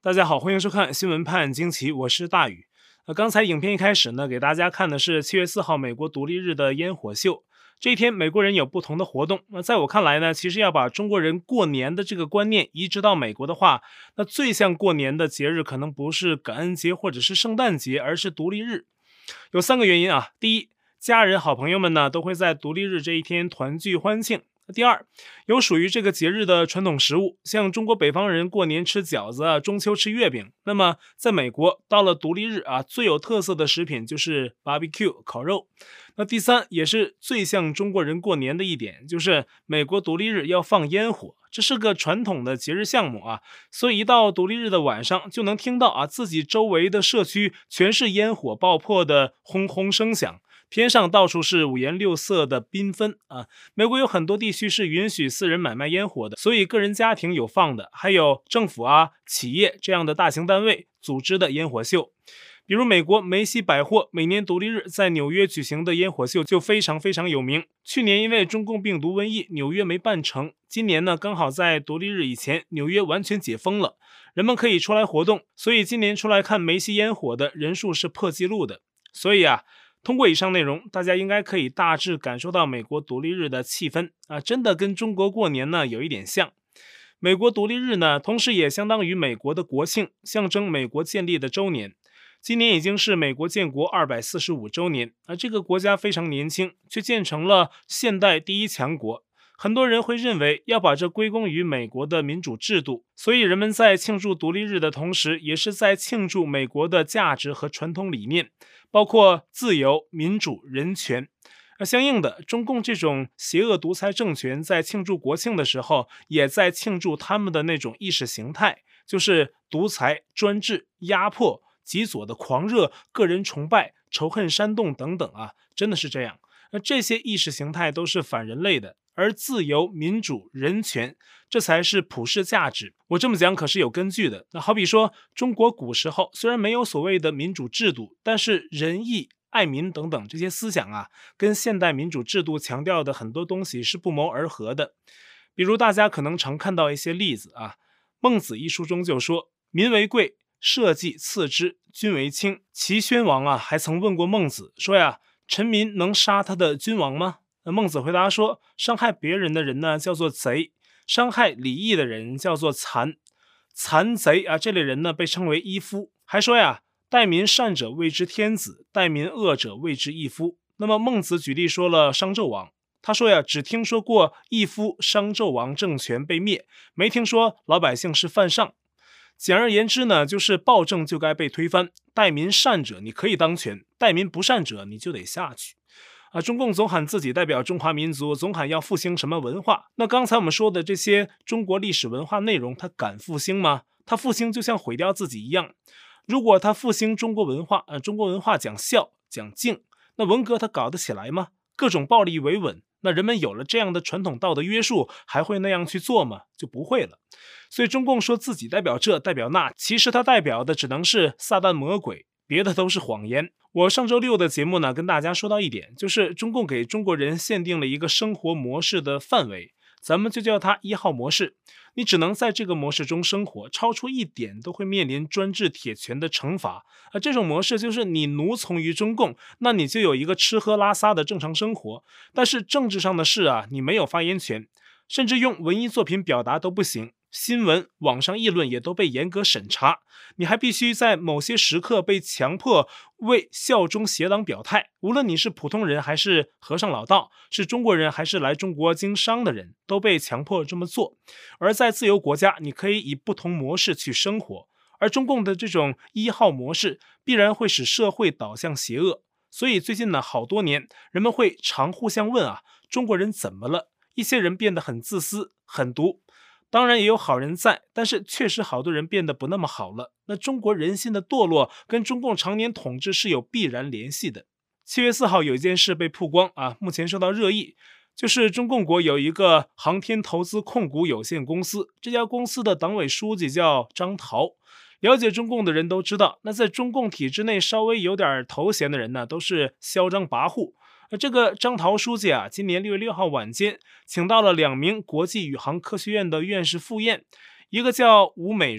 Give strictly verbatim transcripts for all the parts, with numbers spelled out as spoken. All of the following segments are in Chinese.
大家好，欢迎收看新闻判惊奇，我是大宇。呃，刚才影片一开始呢，给大家看的是七月四号美国独立日的烟火秀。这一天，美国人有不同的活动。那在我看来呢，其实要把中国人过年的这个观念移植到美国的话，那最像过年的节日可能不是感恩节或者是圣诞节，而是独立日。有三个原因啊。第一，家人好朋友们呢都会在独立日这一天团聚欢庆。第二，有属于这个节日的传统食物，像中国北方人过年吃饺子啊，中秋吃月饼。那么在美国，到了独立日啊，最有特色的食品就是 barbecue 烤肉。那第三，也是最像中国人过年的一点，就是美国独立日要放烟火，这是个传统的节日项目啊。所以一到独立日的晚上，就能听到啊自己周围的社区全是烟火爆破的轰轰声响。天上到处是五颜六色的缤纷啊！美国有很多地区是允许私人买卖烟火的，所以个人家庭有放的，还有政府啊、企业这样的大型单位组织的烟火秀。比如美国梅西百货每年独立日在纽约举行的烟火秀就非常非常有名。去年因为中共病毒瘟疫，纽约没办成，今年呢刚好在独立日以前，纽约完全解封了，人们可以出来活动，所以今年出来看梅西烟火的人数是破纪录的。所以啊，通过以上内容，大家应该可以大致感受到美国独立日的气氛啊，真的跟中国过年呢有一点像。美国独立日呢，同时也相当于美国的国庆，象征美国建立的周年。今年已经是美国建国二百四十五周年，而这个国家非常年轻，却建成了现代第一强国。很多人会认为要把这归功于美国的民主制度，所以人们在庆祝独立日的同时，也是在庆祝美国的价值和传统理念，包括自由、民主、人权。而相应的，中共这种邪恶独裁政权在庆祝国庆的时候，也在庆祝他们的那种意识形态，就是独裁、专制、压迫、极左的狂热、个人崇拜、仇恨煽动等等啊，真的是这样。那这些意识形态都是反人类的。而自由、民主、人权，这才是普世价值。我这么讲可是有根据的。那好比说，中国古时候虽然没有所谓的民主制度，但是仁义、爱民等等这些思想啊，跟现代民主制度强调的很多东西是不谋而合的。比如大家可能常看到一些例子啊，《孟子》一书中就说：“民为贵，社稷次之，君为轻。”齐宣王啊，还曾问过孟子说呀：“臣民能杀他的君王吗？”孟子回答说：“伤害别人的人呢，叫做贼；伤害礼义的人叫做残。残贼啊，这类人呢，被称为一夫。”还说呀：“待民善者谓之天子，待民恶者谓之一夫。”那么孟子举例说了商纣王，他说呀，只听说过一夫商纣王政权被灭，没听说老百姓是犯上。简而言之呢，就是暴政就该被推翻，待民善者你可以当权，待民不善者你就得下去。啊，中共总喊自己代表中华民族，总喊要复兴什么文化。那刚才我们说的这些中国历史文化内容，它敢复兴吗？它复兴就像毁掉自己一样。如果它复兴中国文化，呃，中国文化讲孝讲敬，那文革它搞得起来吗？各种暴力维稳，那人们有了这样的传统道德约束，还会那样去做吗？就不会了。所以中共说自己代表这代表那，其实它代表的只能是撒旦魔鬼，别的都是谎言。我上周六的节目呢，跟大家说到一点，就是中共给中国人限定了一个生活模式的范围，咱们就叫它一号模式。你只能在这个模式中生活，超出一点都会面临专制铁拳的惩罚。而这种模式就是你奴从于中共，那你就有一个吃喝拉撒的正常生活，但是政治上的事啊，你没有发言权，甚至用文艺作品表达都不行。新闻、网上议论也都被严格审查，你还必须在某些时刻被强迫为效忠邪党表态。无论你是普通人还是和尚老道，是中国人还是来中国经商的人，都被强迫这么做。而在自由国家，你可以以不同模式去生活，而中共的这种一号模式必然会使社会导向邪恶。所以最近呢，好多年人们会常互相问啊，中国人怎么了？一些人变得很自私、很毒。当然也有好人在，但是确实好多人变得不那么好了。那中国人心的堕落跟中共常年统治是有必然联系的。七月四号有一件事被曝光啊，目前受到热议，就是中共国有一个航天投资控股有限公司，这家公司的党委书记叫张涛。了解中共的人都知道，那在中共体制内稍微有点头衔的人呢，都是嚣张跋扈。这个张涛书记啊，今年六月六号晚间，请到了两名国际宇航科学院的院士赴宴，一个叫吴美荣，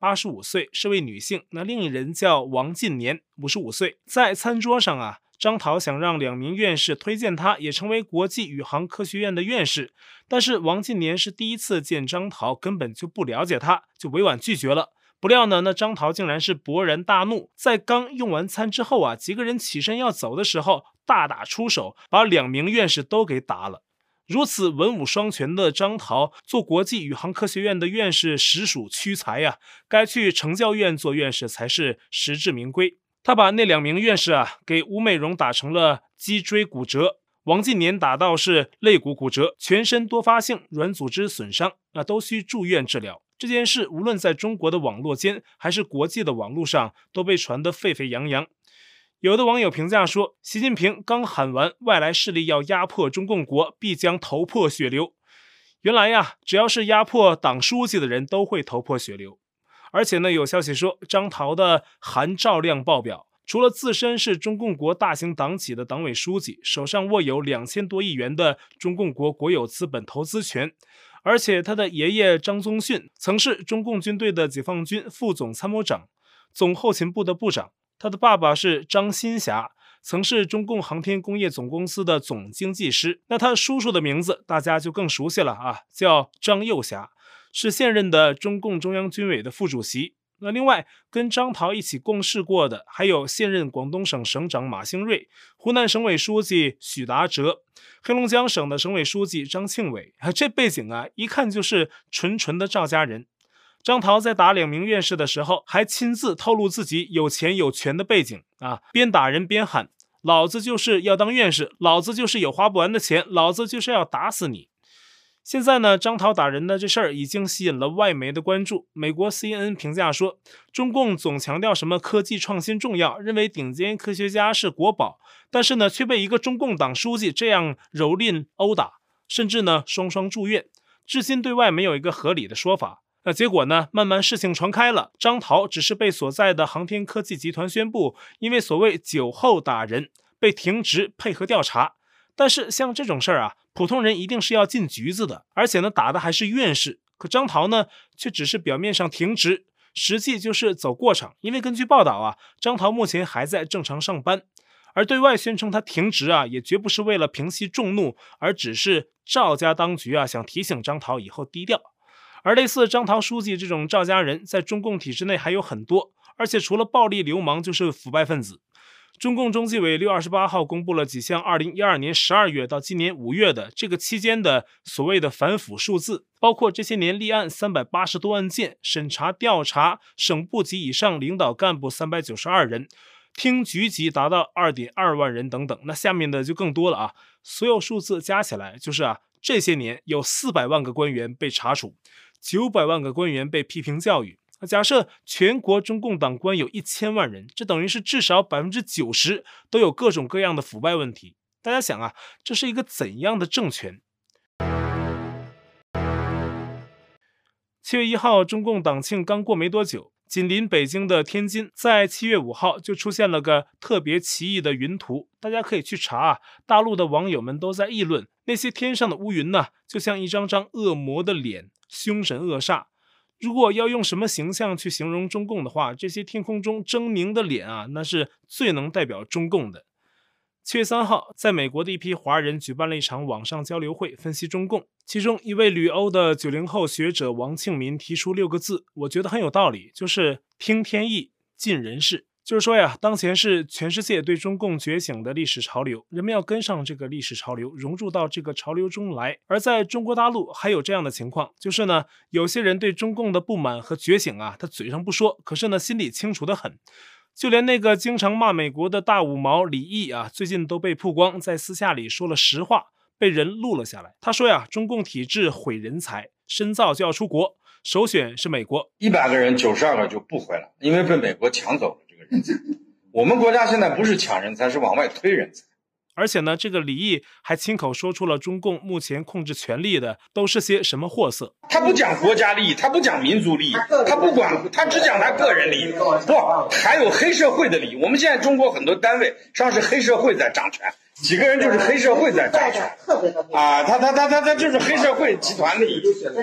八十五岁，是位女性。那另一人叫王晋年，五十五岁。在餐桌上啊，张桃想让两名院士推荐他，也成为国际宇航科学院的院士。但是王晋年是第一次见张桃，根本就不了解他，就委婉拒绝了。不料呢，那张桃竟然是勃然大怒，在刚用完餐之后啊，几个人起身要走的时候，大打出手，把两名院士都给打了。如此文武双全的张桃，做国际宇航科学院的院士实属屈才呀、啊，该去成教院做院士才是实至名归。他把那两名院士啊，给吴美荣打成了脊椎骨折，王晋年打到是肋骨骨折，全身多发性软组织损伤，那都需住院治疗。这件事无论在中国的网络间还是国际的网络上，都被传得沸沸扬扬。有的网友评价说，习近平刚喊完外来势力要压迫中共国，必将头破血流。原来呀，只要是压迫党书记的人都会头破血流。而且呢，有消息说，张桃的韩赵量爆表，除了自身是中共国大型党企的党委书记，手上握有两千多亿元的中共国国有资本投资权，而且他的爷爷张宗逊曾是中共军队的解放军副总参谋长、总后勤部的部长。他的爸爸是张新霞，曾是中共航天工业总公司的总经济师。那他叔叔的名字大家就更熟悉了啊，叫张又侠，是现任的中共中央军委的副主席。那另外跟张桃一起共事过的还有现任广东省省长马兴瑞、湖南省委书记许达哲、黑龙江省的省委书记张庆伟。这背景啊，一看就是纯纯的赵家人。张桃在打两名院士的时候，还亲自透露自己有钱有权的背景啊，边打人边喊：“老子就是要当院士，老子就是有花不完的钱，老子就是要打死你。”现在呢，张桃打人的这事儿已经吸引了外媒的关注。美国 C N N 评价说，中共总强调什么科技创新重要，认为顶尖科学家是国宝，但是呢，却被一个中共党书记这样蹂躏殴打，甚至呢双双住院，至今对外没有一个合理的说法。那结果呢，慢慢事情传开了，张桃只是被所在的航天科技集团宣布，因为所谓酒后打人被停职配合调查。但是像这种事儿啊，普通人一定是要进局子的，而且呢打的还是院士。可张桃呢，却只是表面上停职，实际就是走过场。因为根据报道啊，张桃目前还在正常上班，而对外宣称他停职啊，也绝不是为了平息众怒，而只是赵家当局啊想提醒张桃以后低调。而类似张桃书记这种赵家人，在中共体制内还有很多，而且除了暴力流氓，就是腐败分子。中共中纪委六月二十八号公布了几项二零一二年十二月到今年五月的这个期间的所谓的反腐数字，包括这些年立案三百八十多案件，审查调查省部级以上领导干部三百九十二人，厅局级达到 二点二万人等等。那下面的就更多了啊，所有数字加起来就是啊，这些年有四百万个官员被查处，九百万个官员被批评教育。假设全国中共党官有一千万人，这等于是至少 百分之九十 都有各种各样的腐败问题。大家想啊，这是一个怎样的政权？七月一号，中共党庆刚过没多久，紧邻北京的天津，在七月五号就出现了个特别奇异的云图，大家可以去查啊。大陆的网友们都在议论，那些天上的乌云呢，就像一张张恶魔的脸，凶神恶煞。如果要用什么形象去形容中共的话，这些天空中狰狞的脸啊，那是最能代表中共的。七月三号，在美国的一批华人举办了一场网上交流会，分析中共。其中一位旅欧的九零后学者王庆民提出六个字，我觉得很有道理，就是听天意，尽人事。就是说呀，当前是全世界对中共觉醒的历史潮流，人们要跟上这个历史潮流，融入到这个潮流中来。而在中国大陆还有这样的情况，就是呢，有些人对中共的不满和觉醒啊，他嘴上不说，可是呢，心里清楚得很。就连那个经常骂美国的大五毛李毅啊，最近都被曝光在私下里说了实话，被人录了下来。他说呀，中共体制毁人才，深造就要出国，首选是美国。 一百个人九十二个就不回来，因为被美国抢走了这个人才。我们国家现在不是抢人才，是往外推人才。 而且呢，这个李毅还亲口说出了中共目前控制权力的都是些什么货色。 他不讲国家利益，他不讲民族利益，他不管，他只讲他个人利益。不，还有黑社会的利益。我们现在中国很多单位上是黑社会在掌权，几个人就是黑社会在掌权啊，他他他他他就是黑社会集团利益。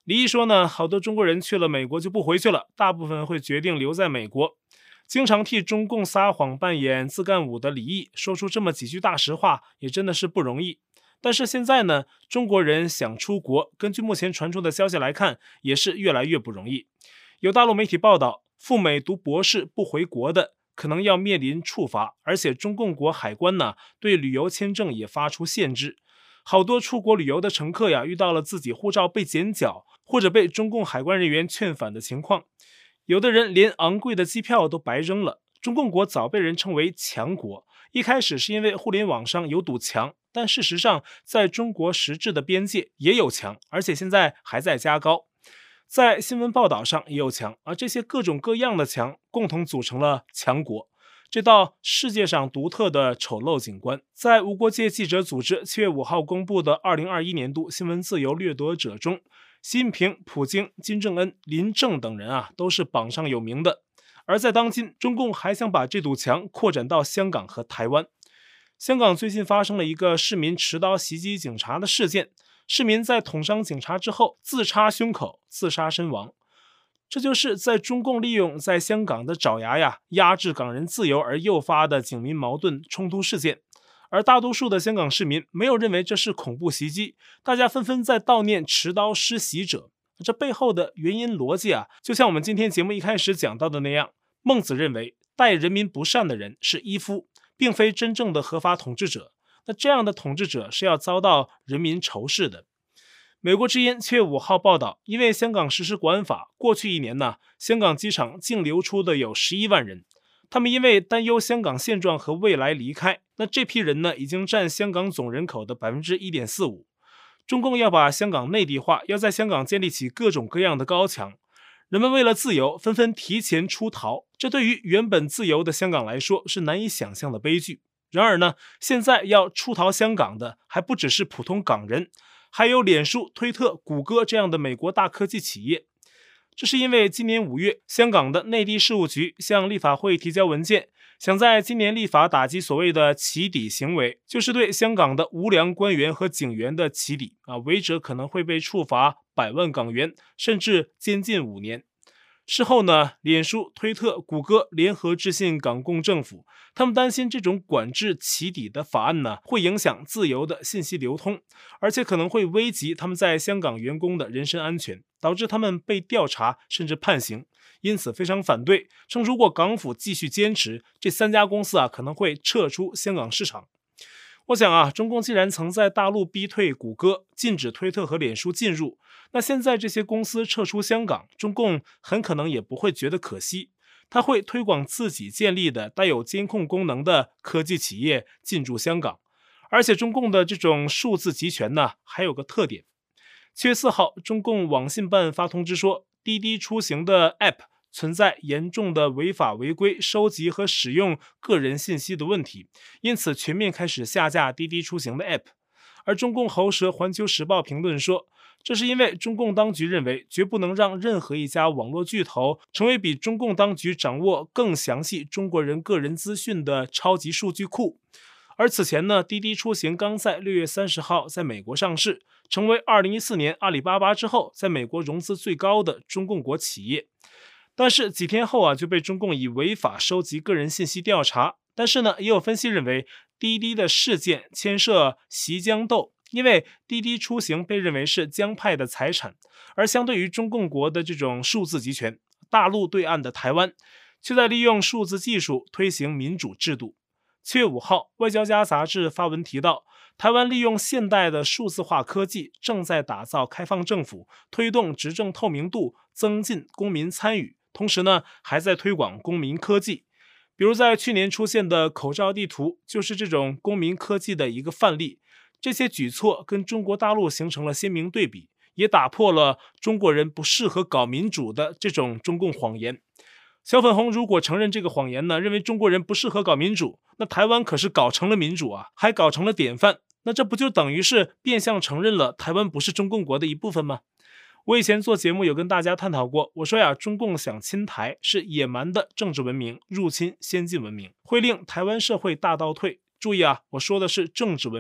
李毅说呢，好多中国人去了美国就不回去了，大部分会决定留在美国。经常替中共撒谎扮演自干五的李毅说出这么几句大实话，也真的是不容易。但是现在呢，中国人想出国，根据目前传出的消息来看，也是越来越不容易。有大陆媒体报道，赴美读博士不回国的可能要面临处罚，而且中共国海关呢对旅游签证也发出限制。好多出国旅游的乘客呀，遇到了自己护照被剪角，或者被中共海关人员劝返的情况。有的人连昂贵的机票都白扔了。中共国早被人称为强国，一开始是因为互联网上有堵墙，但事实上在中国实质的边界也有墙，而且现在还在加高。在新闻报道上也有墙，而这些各种各样的墙共同组成了强国，这道世界上独特的丑陋景观。在无国界记者组织七月五号公布的二零二一年度新闻自由掠夺者中，习近平、普京、金正恩、林郑等人啊都是榜上有名的。而在当今，中共还想把这堵墙扩展到香港和台湾。香港最近发生了一个市民持刀袭击警察的事件，市民在捅伤警察之后自插胸口自杀身亡。这就是在中共利用在香港的爪牙呀压制港人自由而诱发的警民矛盾冲突事件。而大多数的香港市民没有认为这是恐怖袭击，大家纷纷在悼念持刀施袭者。这背后的原因逻辑啊，就像我们今天节目一开始讲到的那样，孟子认为待人民不善的人是依附，并非真正的合法统治者。那这样的统治者是要遭到人民仇视的。美国之音七月五号报道，因为香港实施国安法，过去一年呢，香港机场净流出的有十一万人，他们因为担忧香港现状和未来离开。那这批人呢，已经占香港总人口的 百分之一点四五。中共要把香港内地化，要在香港建立起各种各样的高墙。人们为了自由，纷纷提前出逃，这对于原本自由的香港来说是难以想象的悲剧。然而呢，现在要出逃香港的还不只是普通港人，还有脸书、推特、谷歌这样的美国大科技企业。这是因为今年五月，香港的内地事务局向立法会提交文件，想在今年立法打击所谓的起底行为，就是对香港的无良官员和警员的起底啊，违者可能会被处罚百万港元，甚至监禁五年。事后呢，脸书、推特、谷歌联合致信港共政府，他们担心这种管制起底的法案呢，会影响自由的信息流通，而且可能会危及他们在香港员工的人身安全，导致他们被调查甚至判刑，因此非常反对，称如果港府继续坚持，这三家公司啊可能会撤出香港市场。我想啊，中共既然曾在大陆逼退谷歌，禁止推特和脸书进入，那现在这些公司撤出香港，中共很可能也不会觉得可惜，他会推广自己建立的带有监控功能的科技企业进驻香港。而且中共的这种数字集权呢，还有个特点。七月四号，中共网信办发通知说，滴滴出行的 App 存在严重的违法违规收集和使用个人信息的问题，因此全面开始下架滴滴出行的 App。 而中共喉舌环球时报评论说，这是因为中共当局认为绝不能让任何一家网络巨头成为比中共当局掌握更详细中国人个人资讯的超级数据库。而此前呢，滴滴出行刚在六月三十号在美国上市，成为二零一四年阿里巴巴之后在美国融资最高的中共国企业。但是几天后啊，就被中共以违法收集个人信息调查。但是呢，也有分析认为，滴滴的事件牵涉习江斗，因为滴滴出行被认为是江派的财产，而相对于中共国的这种数字集权，大陆对岸的台湾却在利用数字技术推行民主制度。七月五号，外交家杂志发文提到，台湾利用现代的数字化科技，正在打造开放政府，推动执政透明度，增进公民参与，同时呢，还在推广公民科技。比如在去年出现的口罩地图，就是这种公民科技的一个范例。这些举措跟中国大陆形成了鲜明对比，也打破了中国人不适合搞民主的这种中共谎言。小粉红如果承认这个谎言呢，认为中国人不适合搞民主，那台湾可是搞成了民主啊，还搞成了典范，那这不就等于是变相承认了台湾不是中共国的一部分吗？我以前做节目有跟大家探讨过，我说呀，中共想侵台是野蛮的政治文明入侵先进文明，会令台湾社会大倒退。注意啊，我说的是政治文明，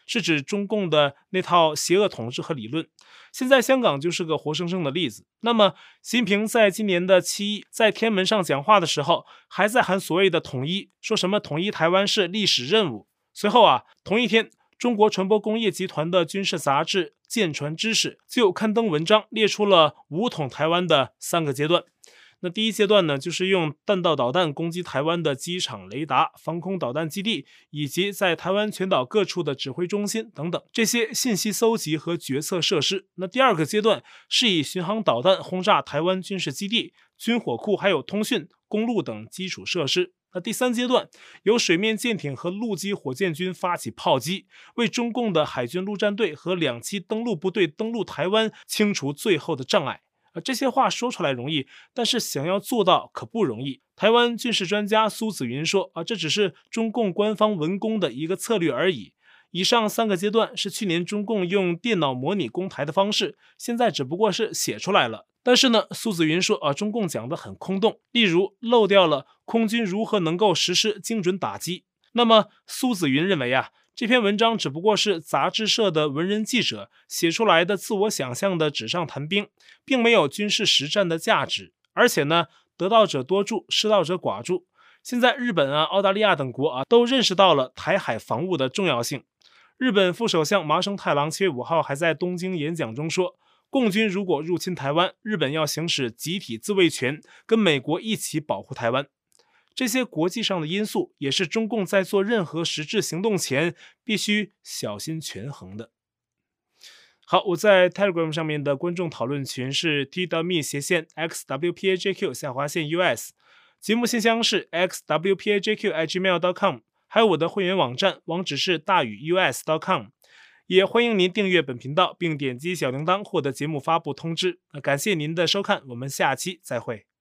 是指中共的那套邪恶统治和理论。现在香港就是个活生生的例子。那么，习近平在今年的七一在天安门上讲话的时候，还在喊所谓的统一，说什么统一台湾是历史任务。随后啊，同一天，中国船舶工业集团的军事杂志《舰船知识》就刊登文章，列出了武统台湾的三个阶段。那第一阶段呢，就是用弹道导弹攻击台湾的机场、雷达、防空导弹基地，以及在台湾全岛各处的指挥中心等等这些信息搜集和决策设施。那第二个阶段是以巡航导弹轰炸台湾军事基地、军火库，还有通讯、公路等基础设施。那第三阶段由水面舰艇和陆基火箭军发起炮击，为中共的海军陆战队和两栖登陆部队登陆台湾清除最后的障碍。这些话说出来容易，但是想要做到可不容易。台湾军事专家苏紫云说啊，这只是中共官方文攻的一个策略而已。以上三个阶段是去年中共用电脑模拟攻台的方式，现在只不过是写出来了。但是呢，苏紫云说啊，中共讲得很空洞，例如漏掉了空军如何能够实施精准打击。那么苏紫云认为啊，这篇文章只不过是杂志社的文人记者写出来的自我想象的纸上谈兵，并没有军事实战的价值。而且呢，得道者多助，失道者寡助。现在日本啊、澳大利亚等国啊都认识到了台海防务的重要性。日本副首相麻生太郎七月五号还在东京演讲中说，共军如果入侵台湾，日本要行使集体自卫权，跟美国一起保护台湾。这些国际上的因素也是中共在做任何实质行动前必须小心权衡的。好，我在 Telegram 上面的观众讨论群是 t.me 斜线 xwpajq 下划线 us， 节目信箱是 xwpajq at gmail dot com， 还有我的会员网站，网址是大宇 us dot com。 也欢迎您订阅本频道并点击小铃铛获得节目发布通知。感谢您的收看，我们下期再会。